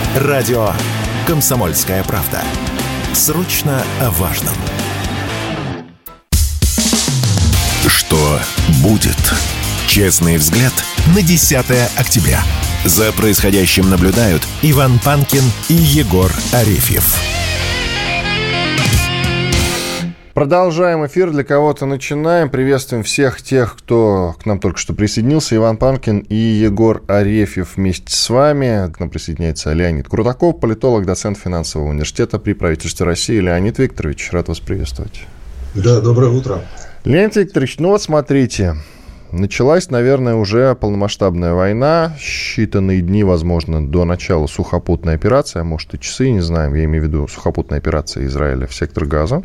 Радио «Комсомольская правда». Срочно о важном. Что будет? Честный взгляд на 10 октября. За происходящим наблюдают Иван Панкин и Егор Арефьев. Продолжаем эфир. Для кого-то начинаем. Приветствуем всех тех, кто к нам только что присоединился. Иван Панкин и Егор Арефьев вместе с вами. К нам присоединяется Леонид Крутаков, политолог, доцент финансового университета при правительстве России. Леонид Викторович, рад вас приветствовать. Да, доброе утро. Леонид Викторович, ну вот смотрите. Началась, наверное, уже полномасштабная война. Считанные дни, возможно, до начала сухопутной операции, а может и часы, не знаем. Я имею в виду сухопутная операция Израиля в сектор Газа.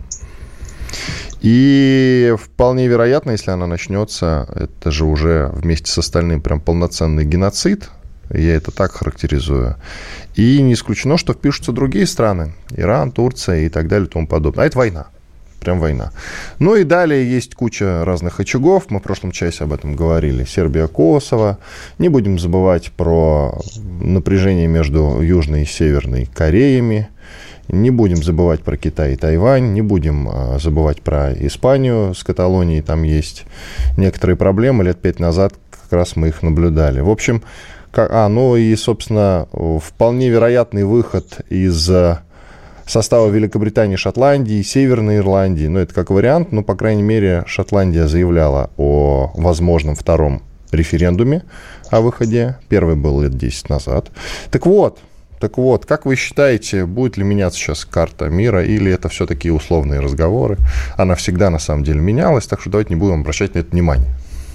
И вполне вероятно, если она начнется, это же уже вместе с остальным прям полноценный геноцид. Я это так характеризую. И не исключено, что впишутся другие страны. Иран, Турция и так далее и тому подобное. А это война. Прям война. Ну и далее есть куча разных очагов. Мы в прошлом часе об этом говорили. Сербия, Косово. Не будем забывать про напряжение между Южной и Северной Кореями. Не будем забывать про Китай и Тайвань. Не будем забывать про Испанию с Каталонией. Там есть некоторые проблемы. Лет 5 назад как раз мы их наблюдали. В общем, ну и, собственно, вполне вероятный выход из состава Великобритании, Шотландии, Северной Ирландии. Ну, это как вариант, но, по крайней мере, Шотландия заявляла о возможном втором референдуме о выходе. Первый был лет 10 назад. Так вот, как вы считаете, будет ли меняться сейчас карта мира, или это все-таки условные разговоры? Она всегда, на самом деле, менялась, так что давайте не будем обращать на это внимание.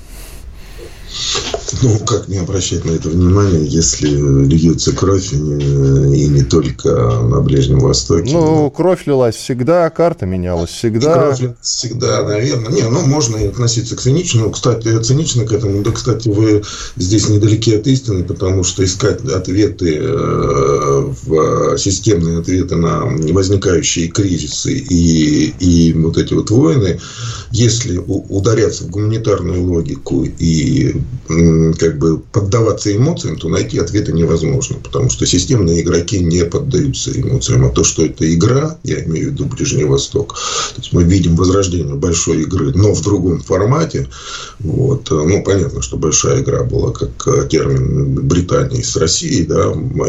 Ну, как не обращать на это внимание, если льется кровь и не только на Ближнем Востоке. Ну, кровь лилась всегда, карта менялась всегда. Кровь лилась всегда, наверное. Можно и относиться к циничному. Кстати, цинично к этому. Да, кстати, вы здесь недалеки от истины, потому что искать ответы, системные ответы на возникающие кризисы и вот эти вот войны, если ударяться в гуманитарную логику и как бы поддаваться эмоциям, то найти ответы невозможно, потому что системные игроки не поддаются эмоциям. А то, что это игра, я имею в виду Ближний Восток, то есть мы видим возрождение большой игры, но в другом формате. Вот. Ну, понятно, что большая игра была как термин Британии с Россией, да,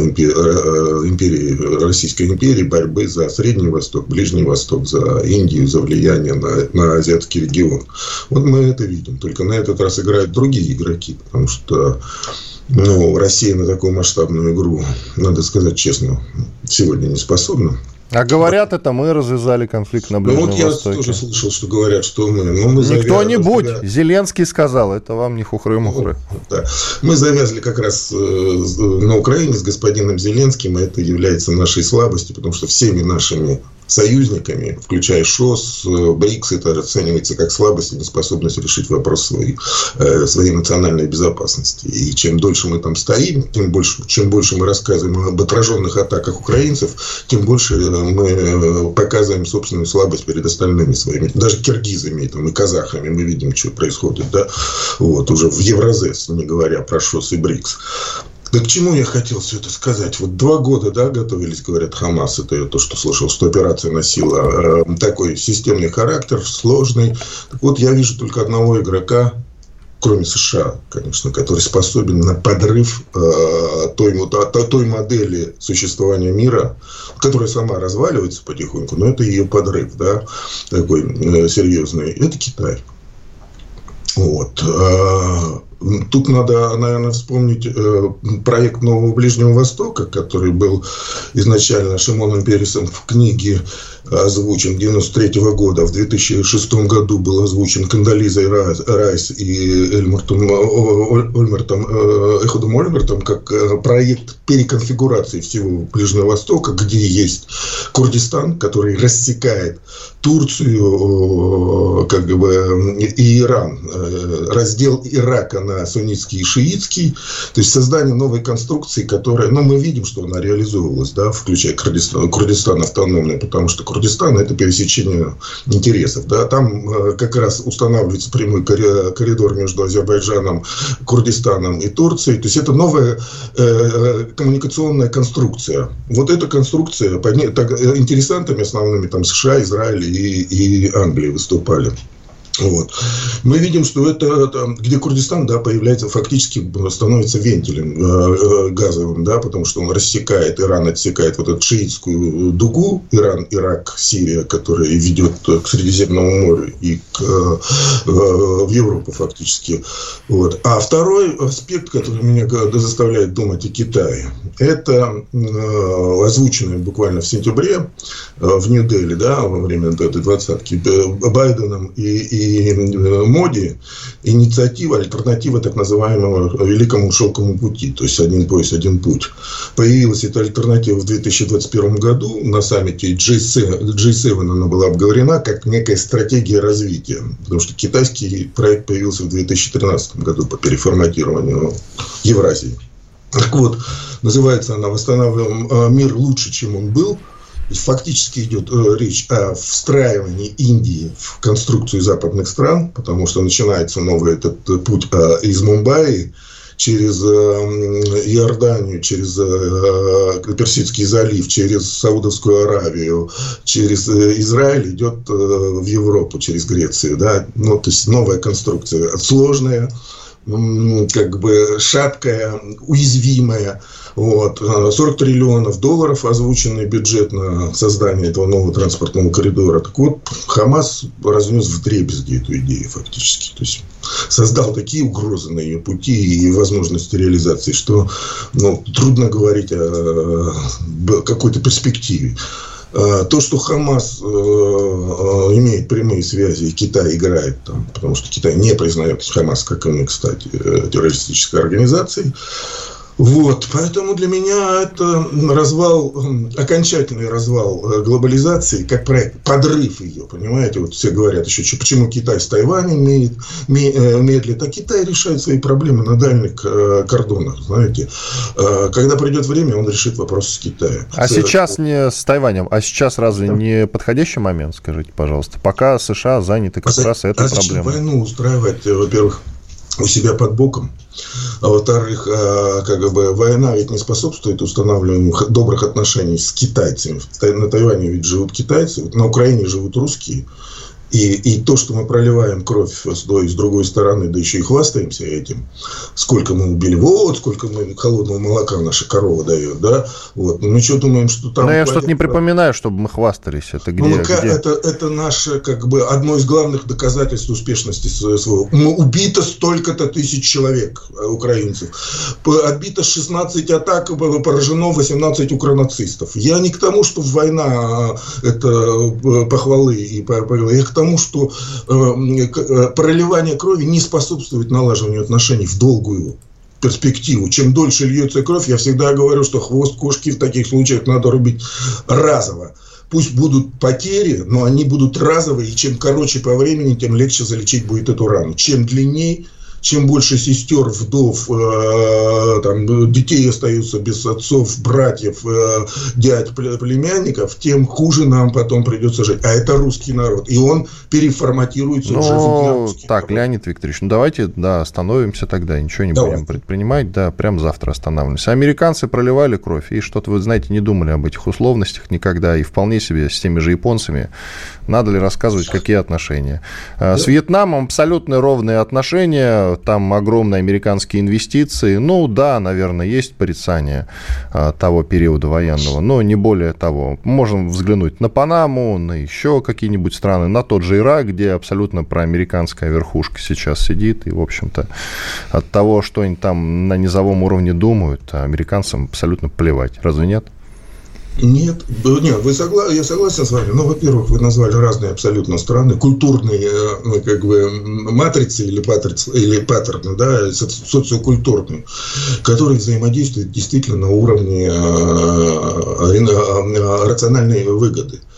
Российской империи, борьбы за Средний Восток, Ближний Восток, за Индию, за влияние на азиатский регион. Вот мы это видим. Только на этот раз играют другие игроки, потому что Россия на такую масштабную игру, надо сказать честно, сегодня не способна. А говорят, это мы развязали конфликт на Ближнем Востоке. Я тоже слышал, что говорят, что мы. Не кто-нибудь. Зеленский сказал, это вам не хухры-мухры. Да. Мы завязли как раз на Украине с господином Зеленским, и это является нашей слабостью, потому что всеми нашими союзниками, включая ШОС, БРИКС, это расценивается как слабость и неспособность решить вопрос своей национальной безопасности. И чем дольше мы там стоим, чем больше мы рассказываем об отраженных атаках украинцев, тем больше мы показываем собственную слабость перед остальными своими, даже киргизами там, и казахами. Мы видим, что происходит, да? Вот, уже в Евразес, не говоря про ШОС и БРИКС. Да к чему я хотел все это сказать? Вот 2 года, да, готовились, говорят, Хамас, это я то, что слышал, что операция носила такой системный характер, сложный. Так вот, я вижу только одного игрока, кроме США, конечно, который способен на подрыв той модели существования мира, которая сама разваливается потихоньку, но это ее подрыв, да, такой серьезный. Это Китай. Вот. Тут надо, наверное, вспомнить проект Нового Ближнего Востока, который был изначально Шимоном Пересом в книге озвучен 1993 года. В 2006 году был озвучен Кондолизой Райс и Эхудом Ольмертом как проект переконфигурации всего Ближнего Востока, где есть Курдистан, который рассекает Турцию, как бы, и Иран, раздел Ирака на суннитский и шиитский. То есть создание новой конструкции, которая, мы видим, что она реализовывалась, да, включая Курдистан автономный, потому что Курдистан – это пересечение интересов. Да, там как раз устанавливается прямой коридор между Азербайджаном, Курдистаном и Турцией. То есть это новая коммуникационная конструкция. Вот эта конструкция, интересантами основными там США, Израиль и Англия выступали. Вот. Мы видим, что это, где Курдистан, да, появляется, фактически становится вентилем газовым, да, потому что он рассекает, Иран отсекает вот эту шиитскую дугу, Иран, Ирак, Сирия, которая ведет к Средиземному морю и в Европу фактически. Вот. А второй аспект, который меня заставляет думать о Китае, это озвученное буквально в сентябре в Нью-Дели, да, во время этой двадцатки Байденом и Моди инициатива, альтернатива так называемому Великому Шелковому пути, то есть один пояс, один путь. Появилась эта альтернатива в 2021 году на саммите G7 она была обговорена как некая стратегия развития, потому что китайский проект появился в 2013 году по переформатированию Евразии. Так вот, называется она «Восстанавливаем мир лучше, чем он был». Фактически идет речь о встраивании Индии в конструкцию западных стран, потому что начинается новый этот путь из Мумбаи через Иорданию, через Персидский залив, через Саудовскую Аравию, через Израиль идет в Европу, через Грецию. Да? Ну, то есть новая конструкция, сложная, как бы шаткая, уязвимая. Вот. 40 триллионов долларов озвученный бюджет на создание этого нового транспортного коридора. Так вот, Хамас разнес вдребезги эту идею фактически. То есть создал такие угрозы на ее пути и возможности реализации, что трудно говорить о какой-то перспективе. То, что Хамас имеет прямые связи, и Китай играет там, потому что Китай не признает Хамас, как и мы, кстати, террористической организацией. Вот, поэтому для меня это окончательный развал глобализации, как проект, подрыв ее, понимаете, вот все говорят еще, почему Китай с Тайванем медлит, а Китай решает свои проблемы на дальних кордонах, знаете, когда придет время, он решит вопрос с Китаем. А сейчас не с Тайванем, а сейчас разве не подходящий момент, скажите, пожалуйста, пока США заняты как раз этой проблемой? Зачем войну устраивать, во-первых, у себя под боком, а во-вторых, война ведь не способствует устанавливанию добрых отношений с китайцами. На Тайване ведь живут китайцы, на Украине живут русские. И то, что мы проливаем кровь с той и с другой стороны, да еще и хвастаемся этим, сколько мы убили, сколько мы холодного молока наша корова дает, да, вот. Мы что думаем, что там... Но я что-то не припоминаю, чтобы мы хвастались. Это где? Это наше, одно из главных доказательств успешности своего. Убито столько-то тысяч человек, украинцев. Отбито 16 атак, поражено 18 укронацистов. Я не к тому, что война это похвалы и я к тому, что проливание крови не способствует налаживанию отношений в долгую перспективу. Чем дольше льется кровь, я всегда говорю, что хвост кошки в таких случаях надо рубить разово. Пусть будут потери, но они будут разовые, и чем короче по времени, тем легче залечить будет эту рану. Чем длиннее, чем больше сестер, вдов, детей остаются без отцов, братьев, дядь, племянников, тем хуже нам потом придется жить. А это русский народ. И он переформатируется уже в русский народ. Леонид Викторович, давайте остановимся тогда, ничего не будем предпринимать. Прям завтра останавливаемся. Американцы проливали кровь, и что-то, вы знаете, не думали об этих условностях никогда, и вполне себе с теми же японцами. Надо ли рассказывать, какие отношения? С Вьетнамом абсолютно ровные отношения. Там огромные американские инвестиции. Наверное, есть порицание того периода военного, но не более того. Можем взглянуть на Панаму, на еще какие-нибудь страны, на тот же Ирак, где абсолютно проамериканская верхушка сейчас сидит. И, в общем-то, от того, что они там на низовом уровне думают, американцам абсолютно плевать. Разве нет? Нет, я согласен с вами. Во-первых, вы назвали разные абсолютно страны, культурные матрицы или паттерны, да, социокультурные, которые взаимодействуют действительно на уровне рациональной выгоды.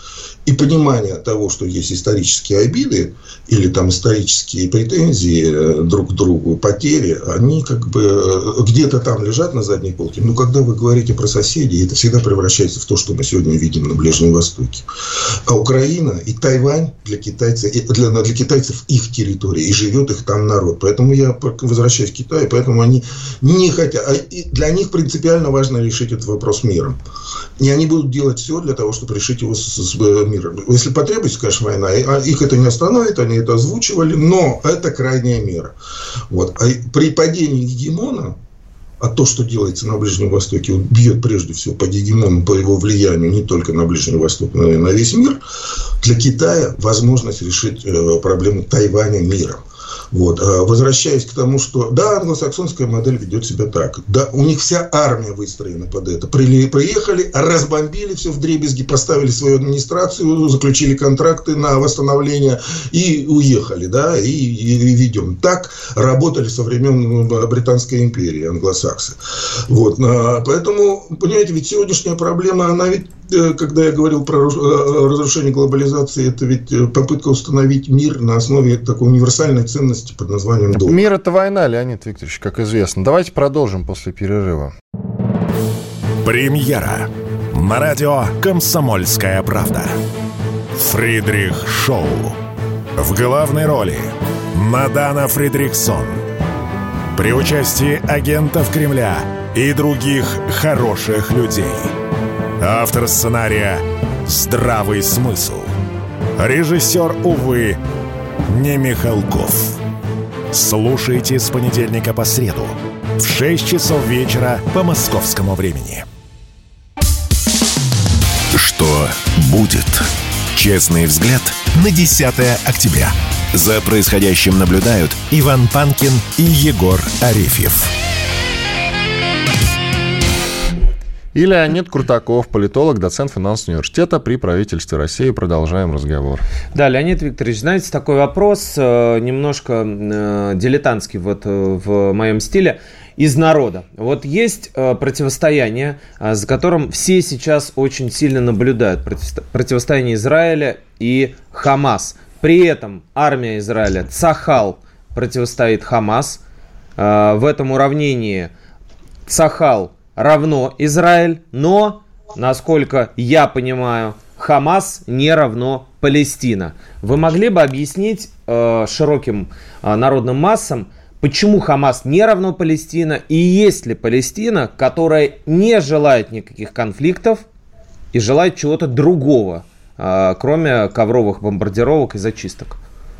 и понимание того, что есть исторические обиды или там исторические претензии друг к другу, потери, они как бы где-то там лежат на задней полке. Но когда вы говорите про соседей, это всегда превращается в то, что мы сегодня видим на Ближнем Востоке. А Украина и Тайвань для китайцев их территория, и живет их там народ. Поэтому я возвращаюсь к Китаю, поэтому они не хотят. А для них принципиально важно решить этот вопрос миром. И они будут делать все для того, чтобы решить его с миром. Если потребуется, конечно, война, их это не остановит, они это озвучивали, но это крайняя мера. Вот. А при падении гегемона, а то, что делается на Ближнем Востоке, он бьет прежде всего по гегемону, по его влиянию не только на Ближний Восток, но и на весь мир, для Китая возможность решить проблему Тайваня миром. Вот. Возвращаясь к тому, что да, англосаксонская модель ведет себя так. Да, у них вся армия выстроена под это. Приехали, разбомбили все вдребезги, поставили свою администрацию, заключили контракты на восстановление и уехали. Да, и ведем. Так работали со времен Британской империи англосаксы. Вот. Поэтому, понимаете, ведь сегодняшняя проблема, она ведь, когда я говорил про разрушение глобализации, это ведь попытка установить мир на основе такой универсальной ценности под названием долг. Мир – это война, Леонид Викторович, как известно. Давайте продолжим после перерыва. Премьера на радио «Комсомольская правда». Фридрих Шоу. В главной роли Мадана Фридрихсон. При участии агентов Кремля и других хороших людей. Автор сценария «Здравый смысл». Режиссер, увы, не Михалков. Слушайте с понедельника по среду в 6 часов вечера по московскому времени. Что будет? Честный взгляд на 10 октября. За происходящим наблюдают Иван Панкин и Егор Арефьев. И Леонид Куртаков, политолог, доцент финансового университета при правительстве России. Продолжаем разговор. Да, Леонид Викторович, знаете, такой вопрос, немножко дилетантский вот в моем стиле, из народа. Вот есть противостояние, за которым все сейчас очень сильно наблюдают. Противостояние Израиля и Хамас. При этом армия Израиля, Цахал, противостоит Хамас. В этом уравнении Цахал равно Израиль, но, насколько я понимаю, Хамас не равно Палестина. Вы могли бы объяснить широким народным массам, почему Хамас не равно Палестина, и есть ли Палестина, которая не желает никаких конфликтов и желает чего-то другого, кроме ковровых бомбардировок и зачисток?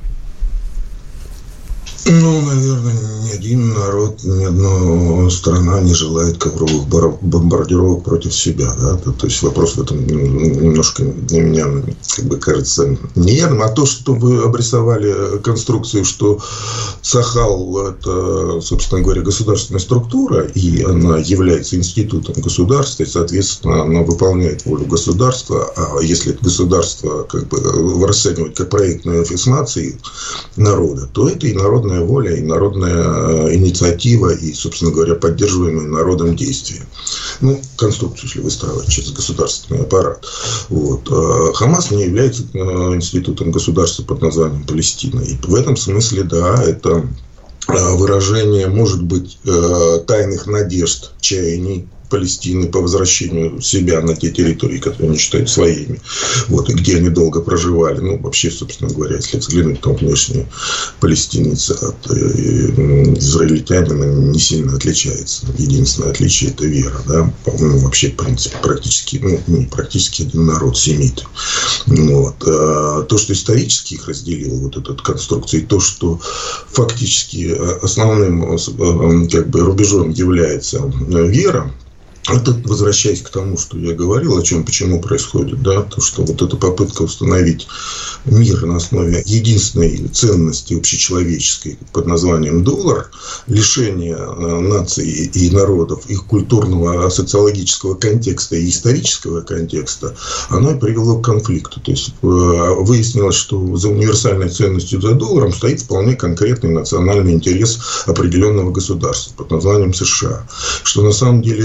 Ну, наверное, ни один народ, ни одна страна не желает ковровых бомбардировок против себя. Да? То есть вопрос в этом немножко для меня, как бы, кажется неверным. А то, что вы обрисовали конструкцию, что Цахал – это, собственно говоря, государственная структура, и она является институтом государства, и, соответственно, она выполняет волю государства. А если это государство как бы расценивать как проектную офис нации народа, то это и народная воля, и народная инициатива, и, собственно говоря, поддерживаемые народом действия. Ну, конструкцию, если выстраивать через государственный аппарат. Вот. Хамас не является институтом государства под названием Палестина. И в этом смысле, да, это выражение, может быть, тайных надежд, чаяний Палестины по возвращению себя на те территории, которые они считают своими, вот, и где они долго проживали. Ну, вообще, собственно говоря, если взглянуть, то внешне палестинец от израильтянина не сильно отличается. Единственное отличие – это вера. Да? Ну, вообще, в принципе, практически, не практически один народ, семиты. Вот. То, что исторически их разделило, вот эта конструкция, и то, что фактически основным как бы рубежом является вера. Это, возвращаясь к тому, что я говорил, о чем, почему происходит, да, то, что вот эта попытка установить мир на основе единственной ценности общечеловеческой под названием доллар, лишение наций и народов их культурного, социологического контекста и исторического контекста, оно и привело к конфликту. То есть выяснилось, что за универсальной ценностью, за долларом стоит вполне конкретный национальный интерес определенного государства под названием США. Что на самом деле речь идет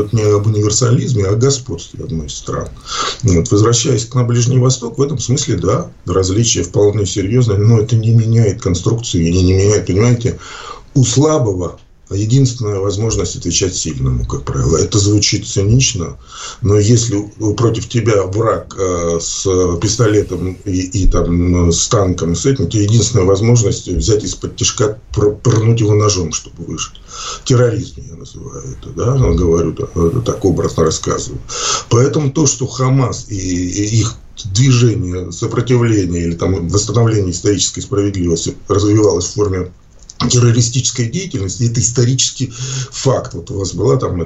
идет не об универсализме, а о господстве одной из стран. Вот. Возвращаясь на Ближний Восток, в этом смысле, да, различия вполне серьезные, но это не меняет конструкцию и не меняет, понимаете, у слабого единственная возможность отвечать сильному, как правило. Это звучит цинично, но если против тебя враг с пистолетом и там, с танком, с этим, то единственная возможность взять из-под тишка, пырнуть его ножом, чтобы выжить. Терроризм я называю это, да, говорю, так образно рассказываю. Поэтому то, что Хамас и их движение сопротивления или там восстановление исторической справедливости развивалось в форме террористической деятельности, это исторический факт. Вот у вас была там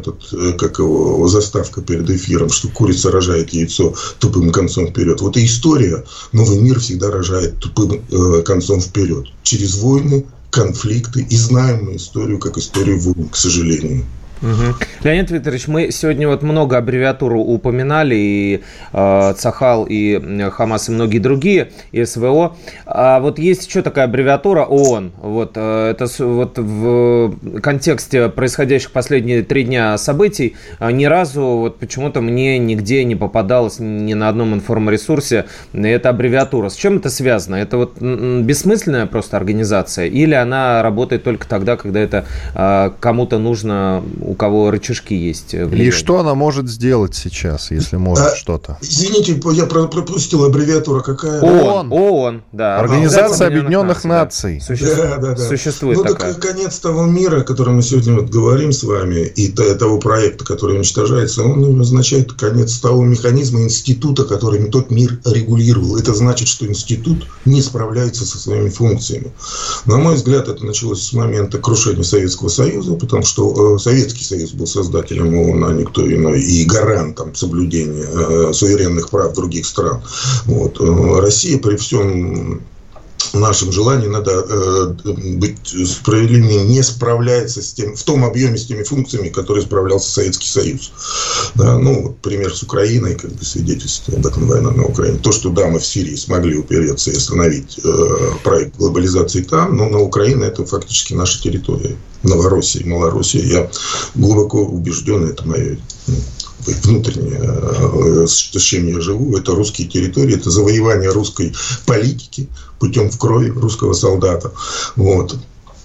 заставка перед эфиром, что курица рожает яйцо тупым концом вперед. Вот и история, новый мир всегда рожает тупым концом вперед. Через войны, конфликты. И знаем мы историю как историю войн, к сожалению. Угу. Леонид Викторович, мы сегодня вот много аббревиатур упоминали, и Цахал, и Хамас, и многие другие, и СВО. А вот есть еще такая аббревиатура ООН. Вот, это вот в контексте происходящих последние 3 дня событий ни разу вот почему-то мне нигде не попадалось ни на одном информресурсе эта аббревиатура. С чем это связано? Это вот бессмысленная просто организация? Или она работает только тогда, когда это кому-то нужно, у кого рычажки есть? И что она может сделать сейчас, если может что-то? Извините, я пропустил аббревиатура какая? ООН, да. Организация Объединенных Наций. Существует такая. Так конец того мира, о котором мы сегодня вот говорим с вами, и того проекта, который уничтожается, он означает конец того механизма, института, который тот мир регулировал. Это значит, что институт не справляется со своими функциями. На мой взгляд, это началось с момента крушения Советского Союза, потому что Советский Союз был создателем ООН, а никто иной, и гарантом соблюдения суверенных прав других стран. Вот. Россия при всем нашем желании надо быть справедливыми, не справляется с тем, в том объеме с теми функциями, которые справлялся Советский Союз. Да, вот пример с Украиной, как бы свидетельствует об этом война на Украине. То, что да, мы в Сирии смогли упереться и остановить проект глобализации там, но на Украине это фактически наша территория. Новороссия, Малороссия. Я глубоко убежден, это мое внутреннее, с чем я живу, это русские территории, это завоевание русской политики путем в крови русского солдата. Вот.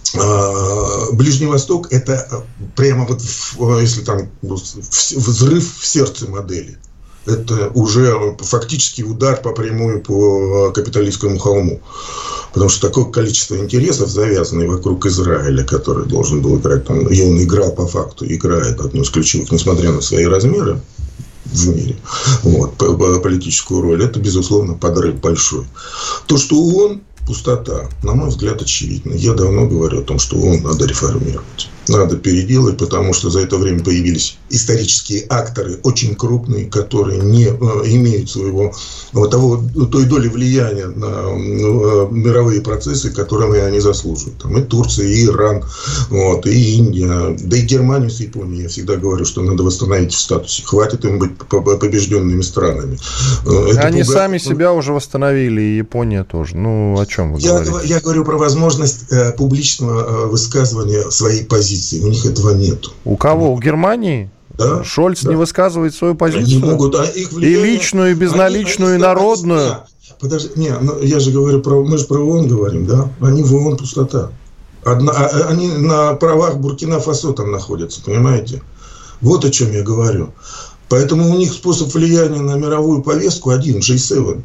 Ближний Восток – это прямо вот, если там взрыв в сердце модели. Это уже фактически удар по прямую по капиталистскому холму. Потому что такое количество интересов, завязанных вокруг Израиля, который должен был играть там, и он играл по факту, играет одну из ключевых, несмотря на свои размеры в мире, вот, политическую роль, это, безусловно, подрыв большой. То, что ООН пустота, на мой взгляд, очевидно. Я давно говорю о том, что ООН надо реформировать. Надо переделать, потому что за это время появились исторические акторы, очень крупные, которые не имеют своего той доли влияния на мировые процессы, которые они заслуживают. Там и Турция, и Иран, вот, и Индия, да и Германию с Японией. Я всегда говорю, что надо восстановить в статусе. Хватит им быть побежденными странами. Они сами себя уже восстановили, и Япония тоже. Ну, о чем вы говорите? Я говорю про возможность публичного высказывания своей позиции. У них этого нет. У кого? У Германии? Да, Шольц не высказывает свою позицию? Они могут, их влияние, и личную, и безналичную, и народную? Подожди, я же говорю, мы же про ООН говорим, да? Они в ООН пустота. Они на правах Буркина-Фасо там находятся, понимаете? Вот о чем я говорю. Поэтому у них способ влияния на мировую повестку один, G7.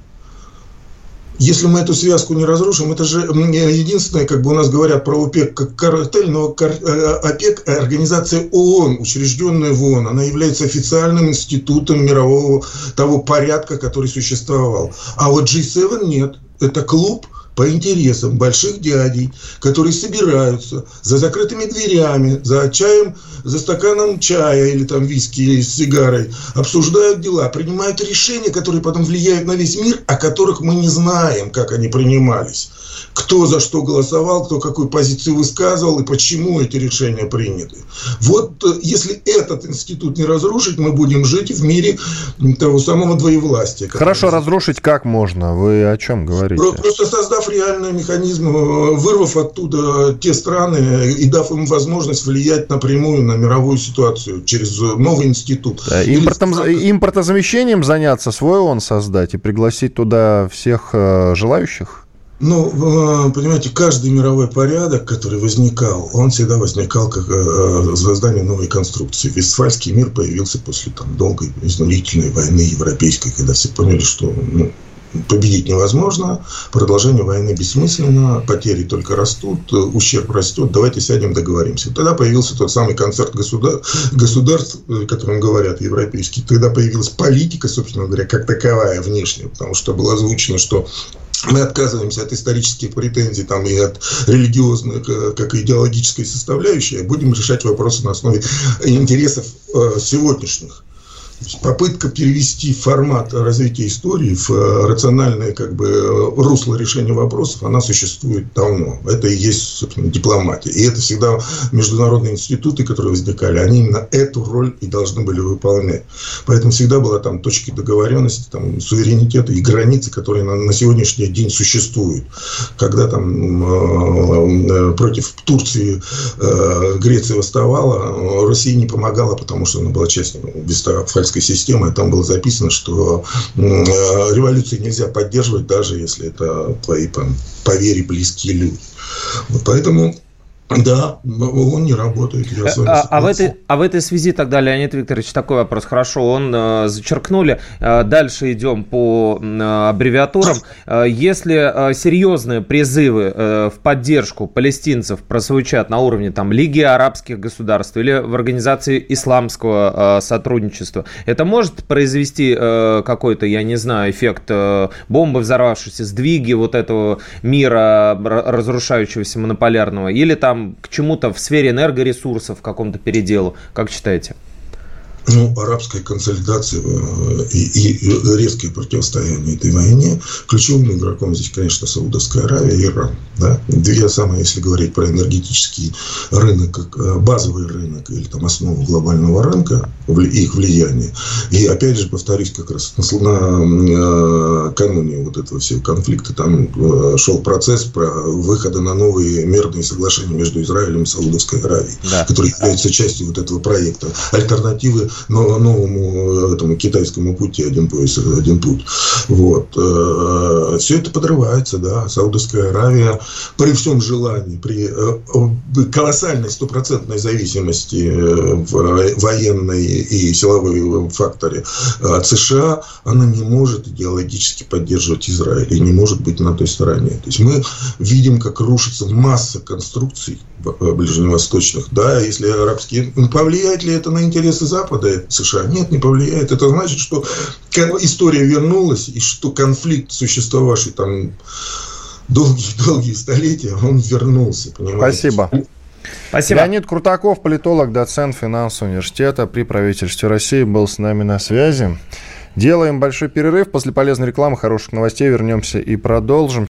Если мы эту связку не разрушим, это же единственное, как бы у нас говорят про ОПЕК как картель, но ОПЕК – организация ООН, учрежденная в ООН. Она является официальным институтом мирового того порядка, который существовал. А вот G7 нет. Это клуб по интересам больших дядей, которые собираются за закрытыми дверями, за чаем, за стаканом чая или там виски или с сигарой, обсуждают дела, принимают решения, которые потом влияют на весь мир, о которых мы не знаем, как они принимались. Кто за что голосовал, кто какую позицию высказывал и почему эти решения приняты. Вот если этот институт не разрушить, мы будем жить в мире того самого двоевластия. Хорошо, разрушить как можно? Вы о чем говорите? Просто создав дав реальный механизм, вырвав оттуда те страны и дав им возможность влиять напрямую на мировую ситуацию через новый институт. Да, импортозамещением заняться, свой ООН создать и пригласить туда всех желающих? Ну, понимаете, каждый мировой порядок, который возникал, он всегда возникал как создание новой конструкции. Вестфальский мир появился после долгой, изнурительной войны европейской, когда все поняли, что победить невозможно, продолжение войны бессмысленно, потери только растут, ущерб растет, давайте сядем, договоримся. Тогда появился тот самый концерт государств, о котором говорят европейские. Тогда появилась политика, собственно говоря, как таковая внешняя, потому что было озвучено, что мы отказываемся от исторических претензий и от религиозной, как и идеологической составляющей, а будем решать вопросы на основе интересов сегодняшних. Попытка перевести формат развития истории в рациональное русло решения вопросов, она существует давно. Это и есть, собственно, дипломатия. И это всегда международные институты, которые возникали, они именно эту роль и должны были выполнять. Поэтому всегда была точки договоренности, суверенитета и границы, которые на сегодняшний день существуют. Когда против Турции Греция восставала, Россия не помогала, потому что она была частью Вестфальской системы, там было записано, что революции нельзя поддерживать, даже если это твои по вере близкие люди. Поэтому да, он не работает. А в этой связи тогда, Леонид Викторович, такой вопрос. Хорошо, зачеркнули. Дальше идем по аббревиатурам. Если серьезные призывы в поддержку палестинцев прозвучат на уровне Лиги арабских государств или в организации исламского сотрудничества, это может произвести какой-то, я не знаю, эффект бомбы взорвавшейся, сдвиги этого мира, разрушающегося монополярного, или к чему-то в сфере энергоресурсов, в каком-то переделу? Как считаете? Арабская консолидация и резкое противостояние этой войне. Ключевым игроком здесь, конечно, Саудовская Аравия и Иран. Да? Две самые, если говорить про энергетический рынок, как базовый рынок или основу глобального рынка, их влияние. И опять же, повторюсь, как раз накануне этого всего конфликта шел процесс про выхода на новые мирные соглашения между Израилем и Саудовской Аравией, да, которые являются частью этого проекта. Альтернативы новому этому китайскому пути «Один пояс, один путь». Все это подрывается, да. Саудовская Аравия при всем желании, при колоссальной стопроцентной зависимости в военной и силовой факторе от США, она не может идеологически поддерживать Израиль и не может быть на той стороне. То есть мы видим, как рушится масса конструкций ближневосточных, да, если арабские. Повлияет ли это на интересы Запада, США? Нет, не повлияет. Это значит, что история вернулась, и что конфликт, существовавший долгие столетия, он вернулся. Понимаете? Спасибо. Леонид Крутаков, политолог, доцент финансового университета при правительстве России, был с нами на связи. Делаем большой перерыв. После полезной рекламы, хороших новостей вернемся и продолжим.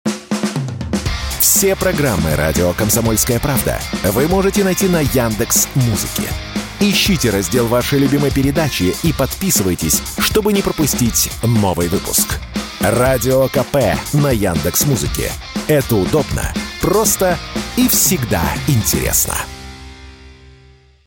Все программы «Радио Комсомольская правда» вы можете найти на Яндекс.Музыке. Ищите раздел вашей любимой передачи и подписывайтесь, чтобы не пропустить новый выпуск. Радио КП на Яндекс.Музыке. Это удобно, просто и всегда интересно.